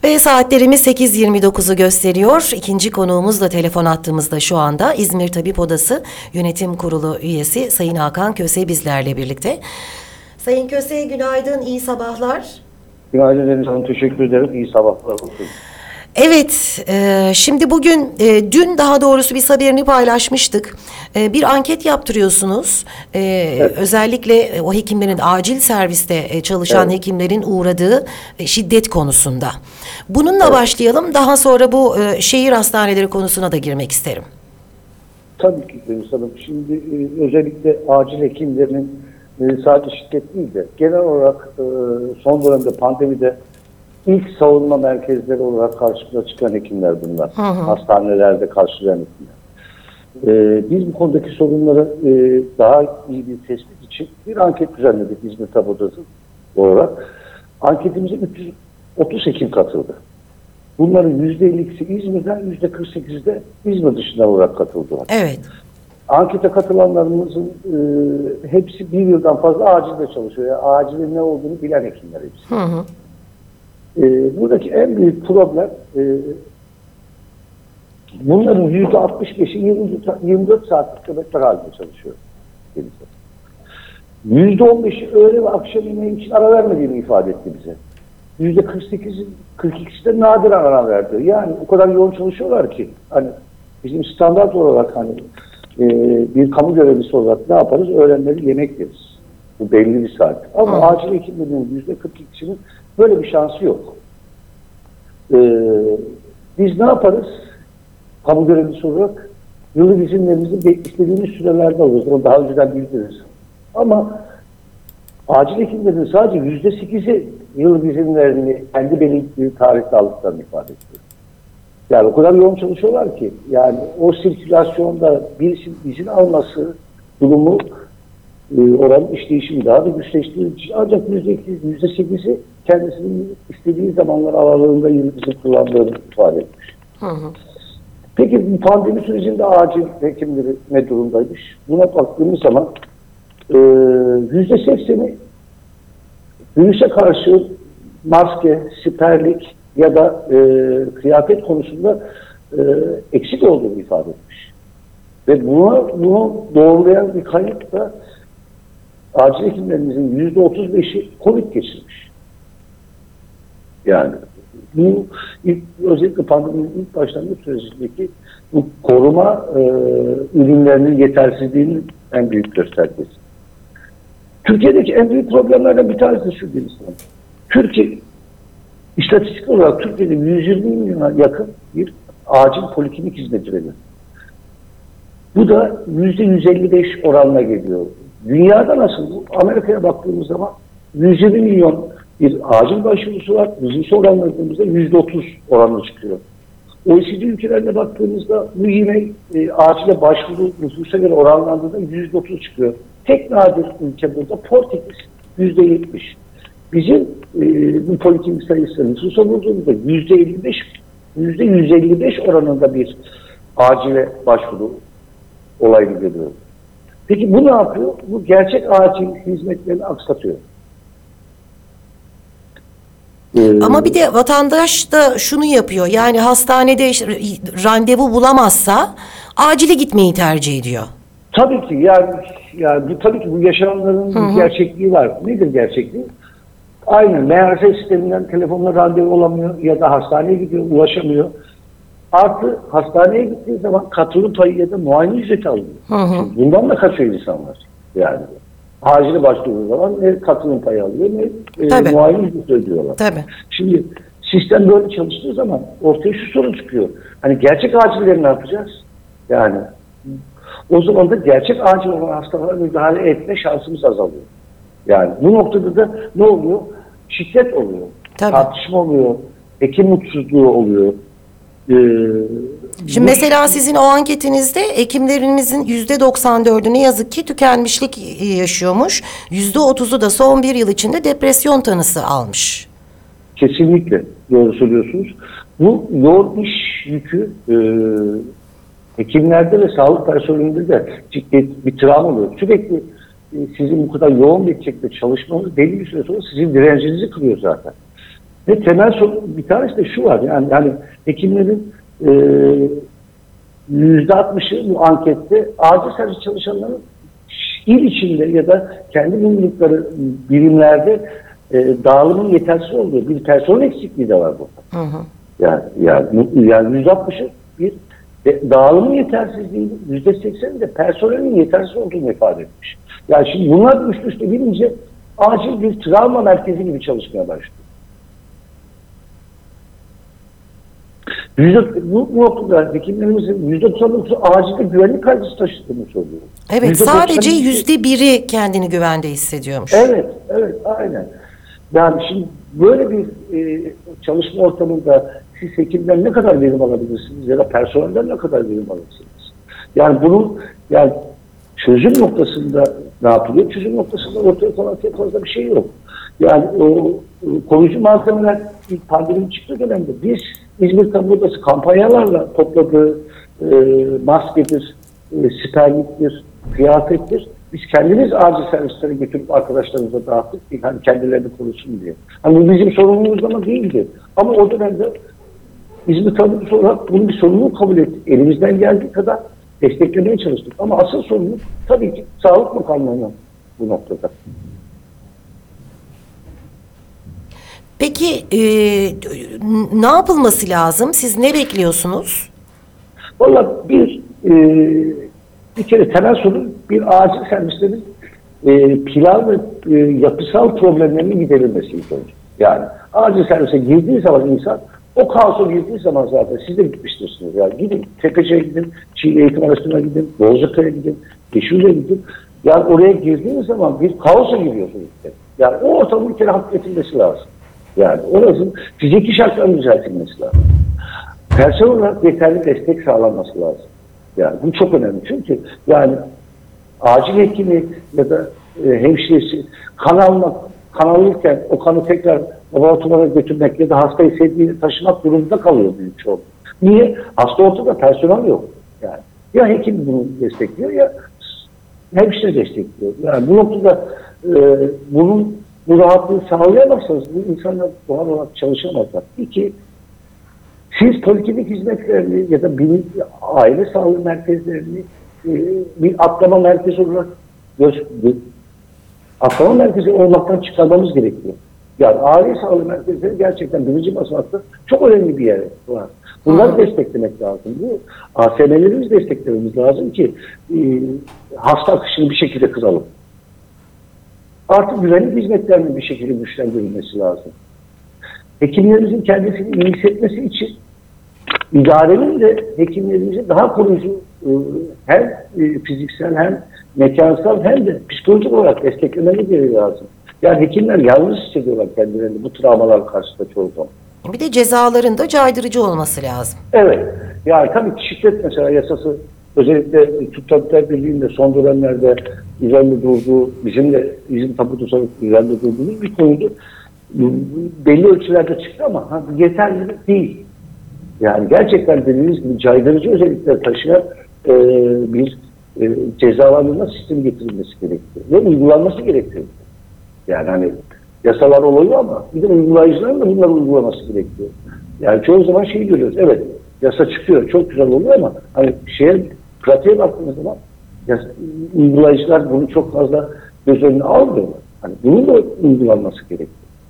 Ve saatlerimiz 8.29'u gösteriyor. İkinci konuğumuz da telefon attığımızda şu anda İzmir Tabip Odası Yönetim Kurulu üyesi Sayın Hakan Köse bizlerle birlikte. Sayın Köse, günaydın, iyi sabahlar. Günaydın Deniz Hanım, teşekkür ederim. İyi sabahlar olsun. Evet, şimdi bugün, dün daha doğrusu biz haberini paylaşmıştık. Bir anket yaptırıyorsunuz. Evet. Özellikle o hekimlerin, acil serviste çalışan Evet. hekimlerin uğradığı şiddet konusunda. Bununla başlayalım. Daha sonra bu şehir hastaneleri konusuna da girmek isterim. Tabii ki Deniz Hanım. Şimdi özellikle acil hekimlerinin sadece şiddet değil de genel olarak son dönemde pandemide ilk savunma merkezleri olarak karşımıza çıkan hekimler bunlar. Hı hı. Hastanelerde karşılayan hekimler. Biz bu konudaki sorunları daha iyi bir tespit için bir anket düzenledik İzmir Tabip Odası olarak. Anketimize 330 hekim katıldı. Bunların %52'si İzmir'den, %48'i de İzmir dışından olarak katıldılar. Evet. Ankete katılanlarımızın hepsi bir yıldan fazla acilde çalışıyor. Yani acilin ne olduğunu bilen hekimler hepsi. Hı hı. Buradaki en büyük problem bunların %65'i 24 saatlik nöbetler halinde çalışıyor. %15'i öğle ve akşam yemeği için ara vermediğini ifade etti bize. %42'si de nadiren ara verdi. Yani o kadar yoğun çalışıyorlar ki hani bizim standart olarak hani bir kamu görevlisi olarak ne yaparız? Öğlenleri yemek yeriz. Bu belli bir saat. Ama acil hekimlerin %42'sinin böyle bir şansı yok. Biz ne yaparız? Kamu görevlisi olarak yıllık izinlerimizi istediğimiz sürelerde alırız. Onu daha önceden bildiririz. Ama acil hekimlerin sadece %8'i yıllık izinlerini kendi belirttiği tarihte aldıklarını ifade ediyor. Yani o kadar yoğun çalışıyorlar ki yani o sirkülasyonda birisinin izin alması durumu oranın işleyişini daha da güçleştiriyor. Ancak %8'i kendisinin istediği zamanlar aralığında yıllık izin kullandığını ifade etmiş. Hı hı. Peki bu pandemi sürecinde acil hekimleri ne durumdaymış? Buna baktığımız zaman %80'i virüse karşı maske, siperlik ya da kıyafet konusunda eksik olduğunu ifade etmiş. Ve bunu doğrulayan bir kayıt da acil hekimlerimizin %35'i COVID geçirmiş. Yani bu özellikle pandeminin ilk başlangıç sürecindeki bu koruma ürünlerinin yetersizliğinin en büyük göstergesi. Türkiye'deki en büyük problemlerden bir tanesi şu değil. Türkiye, istatistik olarak Türkiye'de 120 milyona yakın bir acil poliklinik hizmeti veriyor. Bu da %155 oranına geliyor. Dünyada nasıl bu? Amerika'ya baktığımız zaman 120 milyon bir acil başvurusu var. Bizim oranlarımızda %30 oranı çıkıyor. OECD ülkelerine baktığımızda bu yine acile başvuru nüfusa göre oranlandığında %30 çıkıyor. Tek nadir ülke burada Portekiz %70. Bizim bu poliklinik sayısı nüfusa vurduğumuzda %155 oranında bir acile başvuru olayını görüyoruz. Peki bu ne yapıyor? Bu gerçek acil hizmetlerini aksatıyor. Ama bir de vatandaş da şunu yapıyor. Yani hastanede randevu bulamazsa acile gitmeyi tercih ediyor. Tabii ki yani bu tabii ki bu yaşananların bir gerçekliği var. Nedir gerçekliği? Aynı MHS sisteminden telefonla randevu olamıyor ya da hastaneye gidiyor, ulaşamıyor. Artı hastaneye gittiği zaman katılım payı ya da muayene ücreti alıyor. Şimdi bundan da kaçıyor insanlar. Yani acile başvurduğu zaman ne katılım payı alıyor ne muayene ücreti ödüyorlar. Tabii. Şimdi sistem böyle çalıştığı zaman ortaya şu sorun çıkıyor. Hani gerçek acilleri ne yapacağız? Yani o zaman da gerçek acil olan hastalara müdahale etme şansımız azalıyor. Yani bu noktada da ne oluyor? Şiddet oluyor. Tabii. Tartışma oluyor. Hekim mutsuzluğu oluyor. Şimdi mesela sizin o anketinizde hekimlerimizin %94'ü ne yazık ki tükenmişlik yaşıyormuş. %30'u da son bir yıl içinde depresyon tanısı almış. Kesinlikle doğru söylüyorsunuz. Bu yoğun iş yükü hekimlerde ve sağlık personelinde de ciddi bir travma oluyor. Sürekli sizin bu kadar yoğun bir şekilde çalışmanız belli bir süre sonra sizin direncinizi kırıyor zaten. Ve temel sorun bir tanesi de şu var. Yani hekimlerin %60'ı bu ankette acil servis çalışanların il içinde ya da kendi bulundukları birimlerde dağılımın yetersiz olduğu bir personel eksikliği de var burada. Hı hı. Yani %60'ı bir dağılımın yetersizliği, %80'i de personelin yetersiz olduğunu ifade etmiş. Yani şimdi bunlar üst üste bilince acil bir travma merkezi gibi çalışmaya başlıyor. Bu noktada hekimlerimizin %99'u acilde güvenlik kaygısı taşıdığını söylüyor. Evet, sadece %1'i kendini güvende hissediyormuş. Evet, aynen. Yani şimdi böyle bir çalışma ortamında siz hekimden ne kadar verim alabilirsiniz ya da personelden ne kadar verim alırsınız? Yani bunun çözüm noktasında ne yapılıyor? Çözüm noktasında ortaya konan fazla bir şey yok. Yani o koruyucu malzemeler ilk pandeminin çıktığı dönemde biz İzmir Tabip Odası kampanyalarla topladığı maskedir, siperliktir, kıyafettir. Biz kendimiz acil servislere götürüp arkadaşlarımıza dağıttık ki hani kendilerini korusun diye. Hani bu bizim sorumluluğumuz ama değildi. Ama o dönemde İzmir Tabip Odası olarak bunu bir sorumluluk kabul ettik. Elimizden geldiği kadar desteklemeye çalıştık. Ama asıl sorumluluk tabii ki Sağlık Bakanlığı'nın bu noktada. Peki ne yapılması lazım? Siz ne bekliyorsunuz? Vallahi bir kere temel sorun bir acil servislerin plan ve yapısal problemlerinin giderilmesi ilk önce. Yani acil servise girdiği zaman insan o kaosa girdiği zaman zaten siz de gitmiştirsiniz. Yani gidin Tepeçe'ye gidin, Çiğli Eğitim Araştırma'ya gidin, Bozcaka'ya gidin, Yeşil'e gidin. Yani oraya girdiğiniz zaman bir kaosa giriyorsunuz. Yani o ortamın bir kere hafifletilmesi lazım. Yani orasının fiziki şartların düzeltilmesi lazım. Personel olarak yeterli destek sağlanması lazım. Yani bu çok önemli. Çünkü yani acil hekimi ya da hemşiresi kan alırken o kanı tekrar laboratuvara götürmek ya da hastayı sevdiğini taşımak durumunda kalıyor büyük çoğunluk. Niye? Hasta ortada personel yok. Yani ya hekim bunu destekliyor ya hemşire destekliyor. Yani bu noktada bu rahatlığı sağlayamazsanız bu insanlar doğal olarak çalışamazlar. İki, siz poliklinik hizmetlerini ya da aile sağlığı merkezlerini bir atlama merkezi olarak atlama merkezi olmaktan çıkarmamız gerekiyor. Yani aile sağlığı merkezleri gerçekten birinci basamakta çok önemli bir yer var. Bunları desteklemek lazım. Bu ASM'lerimizi desteklememiz lazım ki hasta akışını bir şekilde kıralım. Artık güvenlik hizmetlerinin bir şekilde güçlendirilmesi lazım. Hekimlerimizin kendisini iyi hissetmesi için idarenin de hekimlerimizi daha koruyucu hem fiziksel hem mekansal hem de psikolojik olarak desteklemeleri lazım. Yani hekimler yalnız hissediyorlar kendilerini bu travmalar karşısında çoğu zaman. Bir de cezaların da caydırıcı olması lazım. Evet. Yani tabii şiddet mesela yasası özellikle Türk Tabipler Birliği'nde son dönemlerde üzerinde durduğu, bizim tabut olarak üzerinde durduğumuz bir konuydu. Belli ölçülerde çıktı ama yeterli değil. Yani gerçekten dediğiniz gibi caydırıcı özellikler taşıyan bir cezalandırma sistemi getirilmesi gerekiyor. Ve uygulanması gerekiyor. Yani hani yasalar oluyor ama bir de uygulayıcıların da bunları uygulaması gerekiyor. Yani çoğu zaman şeyi görüyoruz. Evet yasa çıkıyor çok güzel oluyor ama hani pratiğe baktığımız zaman uygulayıcılar bunu çok fazla göz önüne almıyorlar. Hani bunun da uygulanması gerekiyor.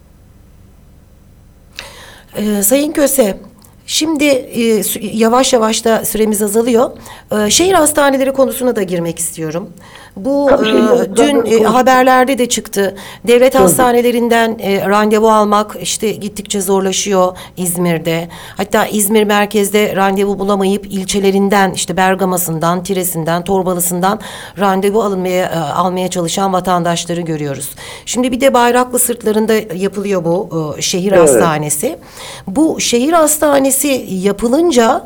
Sayın Köse, şimdi yavaş yavaş da süremiz azalıyor. Şehir hastaneleri konusuna da girmek istiyorum. Bu dün haberlerde de çıktı. Devlet hastanelerinden randevu almak işte gittikçe zorlaşıyor İzmir'de. Hatta İzmir merkezde randevu bulamayıp ilçelerinden işte Bergama'sından, Tire'sinden, Torbalısından randevu almaya çalışan vatandaşları görüyoruz. Şimdi bir de Bayraklı Sırtları'nda yapılıyor bu şehir hastanesi. Bu şehir hastanesi yapılınca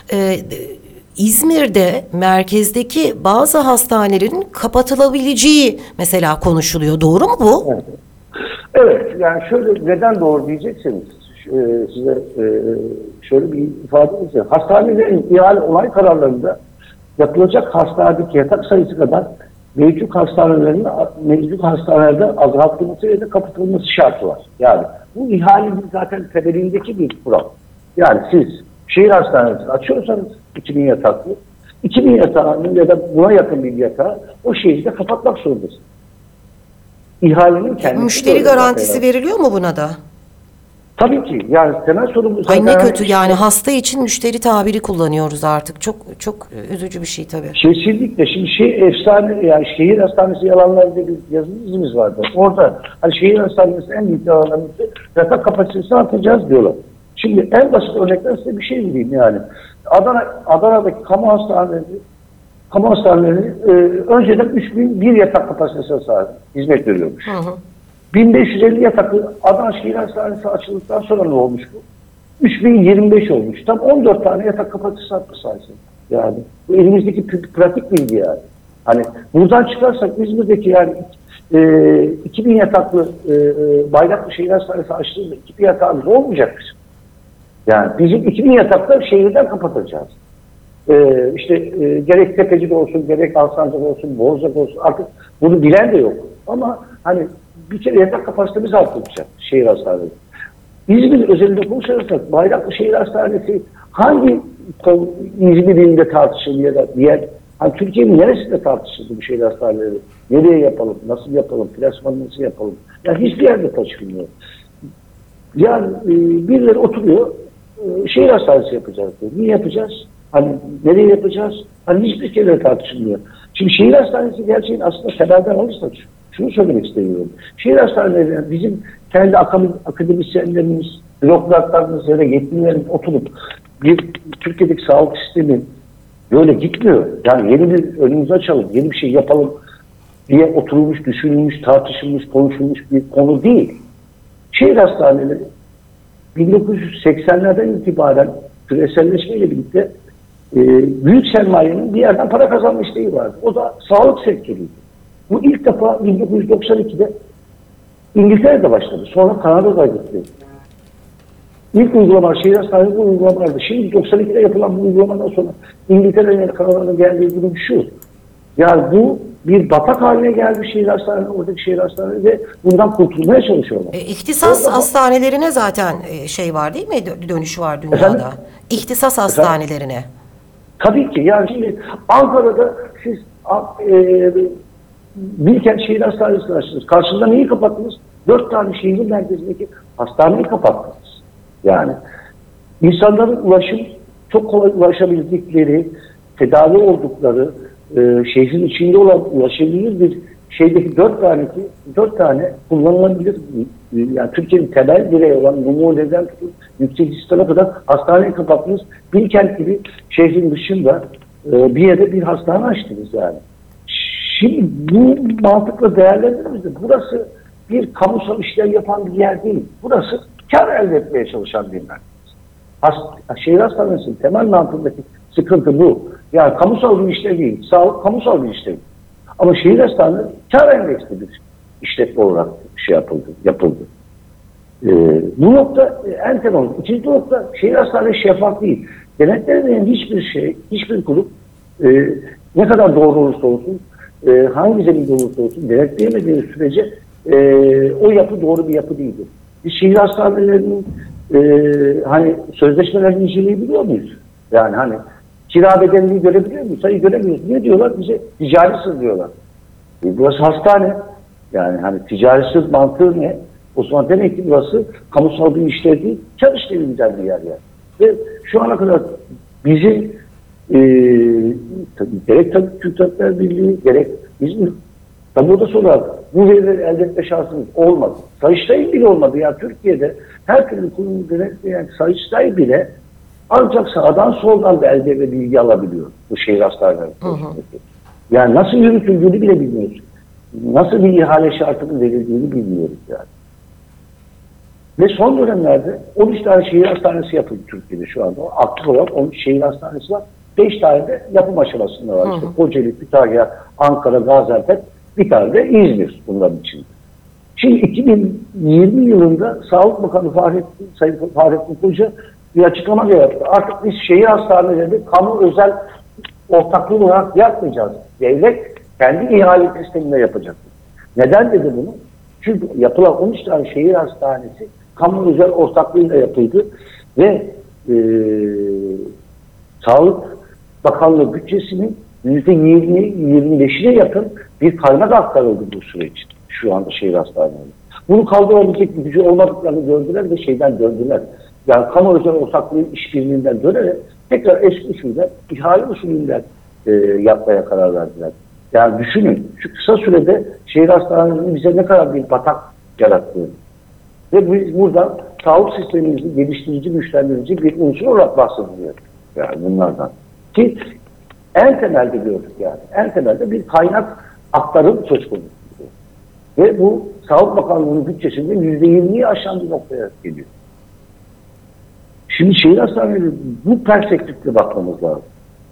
İzmir'de merkezdeki bazı hastanelerin kapatılabileceği mesela konuşuluyor. Doğru mu bu? Evet. Yani şöyle neden doğru diyecekseniz size şöyle bir ifade edeceğim. Hastanelerin ihale onay kararlarında yapılacak hastanedeki yatak sayısı kadar mevcut hastanelerde azaltılması ya da kapatılması şartı var. Yani bu ihalenin zaten temelindeki bir kural. Yani siz şehir hastanesi açıyorsanız 2000 yataklı, 2000 yatağının ya da buna yakın bir yatağı o şehirde kapatmak zorundasınız. İhalenin kendisi. Müşteri garantisi veriliyor mu buna da? Tabii ki. Yani temel sorumuz... Ay ne kötü yani, hasta için müşteri tabiri kullanıyoruz artık. Çok çok üzücü bir şey tabii. Kesinlikle. Şimdi efsane, yani şehir hastanesi yalanlarında bir yazımız vardı. Orada hani şehir hastanesi en büyük yalanlarımızı yatak kapasitesini artıracağız diyorlar. Şimdi en basit örnekten size bir şey diyeyim yani. Adana'daki kamu hastaneleri önceden 3001 yatak kapasitesine sahip hizmet veriyormuş. 1550 yataklı Adana Şehir Hastanesi açıldıktan sonra ne olmuş bu? 3025 olmuş. Tam 14 tane yatak kapasitesi arttı sayesinde. Yani bu elimizdeki pratik bilgi yani. Hani buradan çıkarsak İzmir'deki yani 2000 yataklı Bayraklı Şehir Hastanesi açtığında 2000 yatağımız olmayacak bizim. Yani bizim 2000 yatakları şehirden kapatacağız. Gerek Tepeci'de olsun, gerek Alsancak olsun, Borzak olsun, artık bunu bilen de yok. Ama hani bir kere yatak kapasitemiz artacak şehir hastaneleri. İzmir özelinde konuşursak Bayraklı Şehir Hastanesi hangi İzmir ilinde tartışılır ya da diğer, hani Türkiye'nin neresinde tartışıldı bu şehir hastaneleri? Nereye yapalım, nasıl yapalım, plasmanı nasıl yapalım? Yani hiçbir yerde tartışılmıyor. Yani birileri oturuyor, şehir hastanesi yapacağız diyor. Niye yapacağız? Hani nereye yapacağız? Hani hiçbir kere tartışılmıyor. Şimdi şehir hastanesi gerçeğin aslında temelden alırsak şunu söylemek istiyorum. Şehir hastaneleri bizim kendi akademisyenlerimiz, bürokratlarımız ya da yetkililerimiz oturup Türkiye'deki sağlık sistemi böyle gitmiyor. Yani yeni bir önümüzü açalım, yeni bir şey yapalım diye oturulmuş, düşünülmüş, tartışılmış, konuşulmuş bir konu değil. Şehir hastaneleri 1980'lerden itibaren küreselleşmeyle birlikte büyük sermayenin bir yerden para kazanma isteği vardı. O da sağlık sektörüydü. Bu ilk defa 1992'de İngiltere'de başladı. Sonra Kanada'da gitti. İlk uygulama şehir hastaneleri uygulamalardı. Şimdi 92'de yapılan bu uygulamadan sonra İngiltere'nin Kanada'nın geldiği durum şu. Yani bu bir batak haline geldi şehir hastaneleri, oradaki şehir hastaneleri ve bundan kurtulmaya çalışıyorlar. İhtisas hastanelerine zaten şey var değil mi? Dönüş var dünyada. Efendim? İhtisas hastanelerine. Tabii ki. Yani şimdi Ankara'da siz Bilkent Şehir Hastanesi'ni açtınız. Karşında neyi kapattınız? 4 tane şehrin merkezindeki hastaneyi kapattınız. Yani insanların çok kolay ulaşabildikleri, tedavi oldukları, şehrin içinde olan ulaşabilir bir şeydeki 4 tane kullanılabilir, yani Türkiye'nin temel direği olan Numune'den tutun yüksek İstanbul'a kadar hastaneyi kapattınız. Bilkent gibi şehrin dışında bir yere bir hastane açtınız yani. Şimdi bu mantıkla değerlendirildiğimizde burası bir kamusal işler yapan bir yer değil. Burası kar elde etmeye çalışan bir merkez. Şehir hastanesinin temel mantığındaki sıkıntı bu. Yani kamusal bir işlev değil. Sağlık kamusal bir işlev. Ama şehir hastanesi kar endeksli bir işletme olarak yapıldı. Bu nokta en temel. İkinci nokta şehir hastanesi şeffaf değil. Denetlenemeyen hiçbir kurum ne kadar doğru olursa olsun, hangi zeminde olursa olsun denetleyemediği sürece o yapı doğru bir yapı değildir. Biz şehir hastanelerinin hani sözleşmelerini inceleyebiliyor muyuz? Yani hani kira bedelini görebiliyor muyuz? Hayır, göremiyoruz. Ne diyorlar? Bize ticari sır diyorlar. Burası hastane. Yani hani ticari sır mantığı ne? O zaman demek ki burası kamusal bir işlev değil, kar işlevi güzel bir yer yani. Ve şu ana kadar bizim gerek Türk Tabipler Birliği, gerek İzmir Tabi Odası olarak bu verileri elde etme şansımız olmadı. Sayıştay bile olmadı. Yani Türkiye'de her türlü kurumu denetleyen Sayıştay bile ancak sağdan soldan da elde ve bilgi alabiliyor bu şehir hastaneleri. Yani nasıl yürütüldüğünü bile bilmiyoruz. Nasıl bir ihale şartının verildiğini bilmiyoruz yani. Ve son dönemlerde 13 tane şehir hastanesi yapıldı Türkiye'de şu anda. Aktif olarak 13 şehir hastanesi var. 5 tane de yapım aşamasında var. İşte Kocaeli, Kütahya, Ankara, Gaziantep, bir tane de İzmir bunların içinde. Şimdi 2020 yılında Sağlık Bakanı Sayın Fahrettin Koca bir açıklama yaptı. Artık biz şehir hastanelerini kamu özel ortaklığı olarak yapmayacağız. Devlet kendi ihale sisteminde yapacak. Neden dedi bunu? Çünkü yapılan 13 tane şehir hastanesi kamu özel ortaklığıyla yapıldı ve Sağlık Bakanlığı bütçesinin %20-25'ine yakın bir kaynak aktarıldı bu süreç şu anda şehir hastanelerinde. Bunu kaldırabilecek bir gücü olmadıklarını gördüler ve şeyden döndüler. Yani kamu özel ortaklığı işbirliğinden dönerek tekrar eski usulden, ihale usulünden yapmaya karar verdiler. Yani düşünün, şu kısa sürede şehir hastanelerinin bize ne kadar bir batak yarattığını. Ve biz buradan sağlık sistemimizi geliştirici, güçlendirici bir unsur olarak bahsediliyor. Yani bunlardan. Ki en temelde gördük yani. En temelde bir kaynak aktarım söz konusu. Ve bu Sağlık Bakanlığı'nın bütçesinde %20'yi aşan bir noktaya geliyor. Şimdi şehir hastaneleri bu perspektifle bakmamız lazım.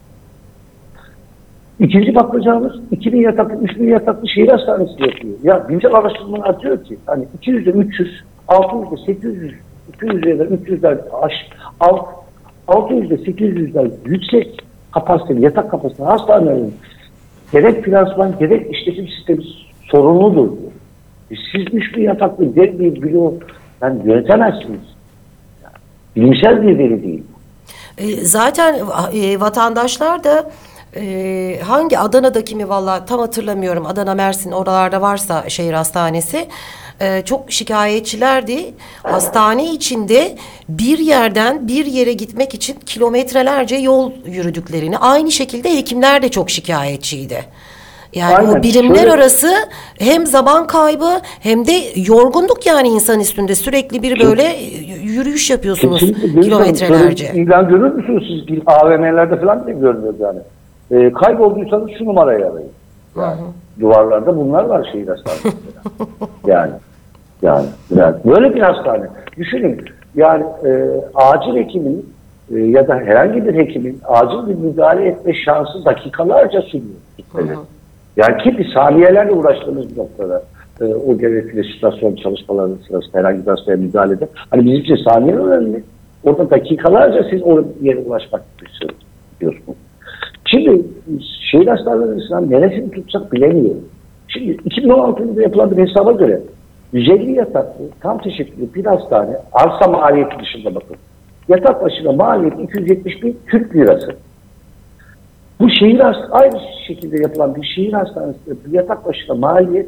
İkinci bakacağımız 2000 yataklı, 3000 yataklı şehir hastanesi yapıyor. Ya bilimsel araştırmalar diyor ki hani 200'de 300, 600'de 800, 200'de ya da 300'den alt, 600'de 800'den yüksek kapasiteli, yatak kapasiteli hastanelerin gerek finansman gerek işletim sistemi sorumludur diyor. Siz 3000 yataklı dev bir bloğu yönetemezsiniz. Yani, bilimsel bir veri değil. Zaten vatandaşlar da hangi Adana'daki mi valla tam hatırlamıyorum. Adana, Mersin oralarda varsa şehir hastanesi çok şikayetçilerdi. Hastane içinde bir yerden bir yere gitmek için kilometrelerce yol yürüdüklerini. Aynı şekilde hekimler de çok şikayetçiydi. Yani Aynen. o birimler arası hem zaman kaybı hem de yorgunluk yani insan üstünde sürekli bir böyle yürüyüş yapıyorsunuz kilometrelerce. İlan görür müsünüz siz? AVM'lerde falan da görünüyor yani. Kaybolduysanız şu numarayı arayın. Yani, duvarlarda bunlar var şehir hastanesinde. yani böyle bir hastane. Düşünün yani acil hekimin ya da herhangi bir hekimin acil bir müdahale etme şansı dakikalarca sürüyor. Yani ki bir saniyelerle uğraştığımız bir noktada o devlet restorasyon çalışmalarının sırasında herhangi bir hastaya müdahalede. Hani bizim için saniye önemli. Orada dakikalarca siz o yere ulaşmak istiyorsunuz. Şimdi şehir hastanelerinin neresini tutsak bilemiyorum. Şimdi 2016'da yapılan bir hesaba göre 150 yataklı tam teşekküllü bir hastane arsa maliyeti dışında bakın. Yatak başına maliyet 270 bin Türk lirası. Bu aynı şekilde yapılan bir şehir hastanesinde bir yatak başına maliyet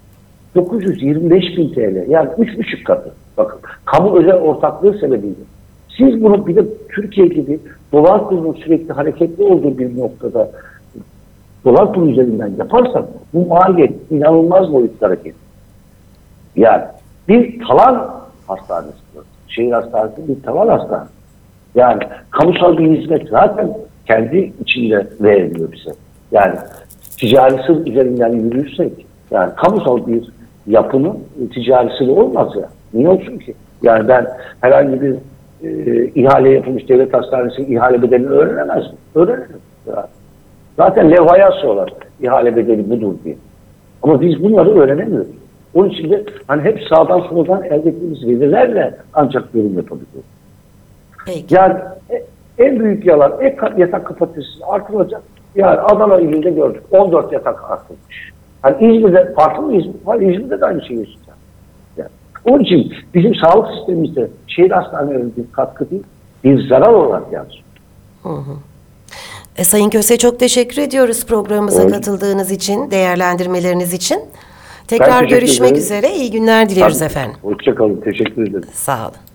925 bin TL. Yani 3,5 katı. Bakın kamu özel ortaklığı sebebiyle. Siz bunu bir de Türkiye gibi dolar kurunun sürekli hareketli olduğu bir noktada dolar kuru üzerinden yaparsak bu maliyet inanılmaz boyutlara hareket. Yani bir talan hastanesi. Şehir hastanesi bir talan hastanesi. Yani kamusal bir hizmet zaten kendi içinde veriliyor bize. Yani ticari sır üzerinden yürürsek yani kamusal bir yapının ticari sırrı olmaz ya. Niye olsun ki? Yani ben herhangi bir ihale yapılmış devlet hastanesinin ihale bedelini öğrenemez mi? Öğrenirim. Yani. Zaten levhaya sorarlar ihale bedeli budur diye. Ama biz bunları öğrenemiyoruz. Onun için de hani hep sağdan soldan elde ettiğimiz verilerle ancak yorum yapabiliyoruz. Peki. Yani en büyük yalan yatak kapasitesi artırılacak. Yani Adana ilinde gördük. 14 yatak artırılmış. Yani İzmir'de farklı mı İzmir? Var İzmir'de de aynı şey yaşayacak. Yani. Onun için bizim sağlık sistemimizde şehir hastanelerine bir katkı değil, bir zarar olarak yansıyor. Sayın Köse çok teşekkür ediyoruz programımıza katıldığınız için, değerlendirmeleriniz için. Tekrar görüşmek üzere. İyi günler diliyoruz efendim. Hoşça kalın. Teşekkür ederim. Sağ olun.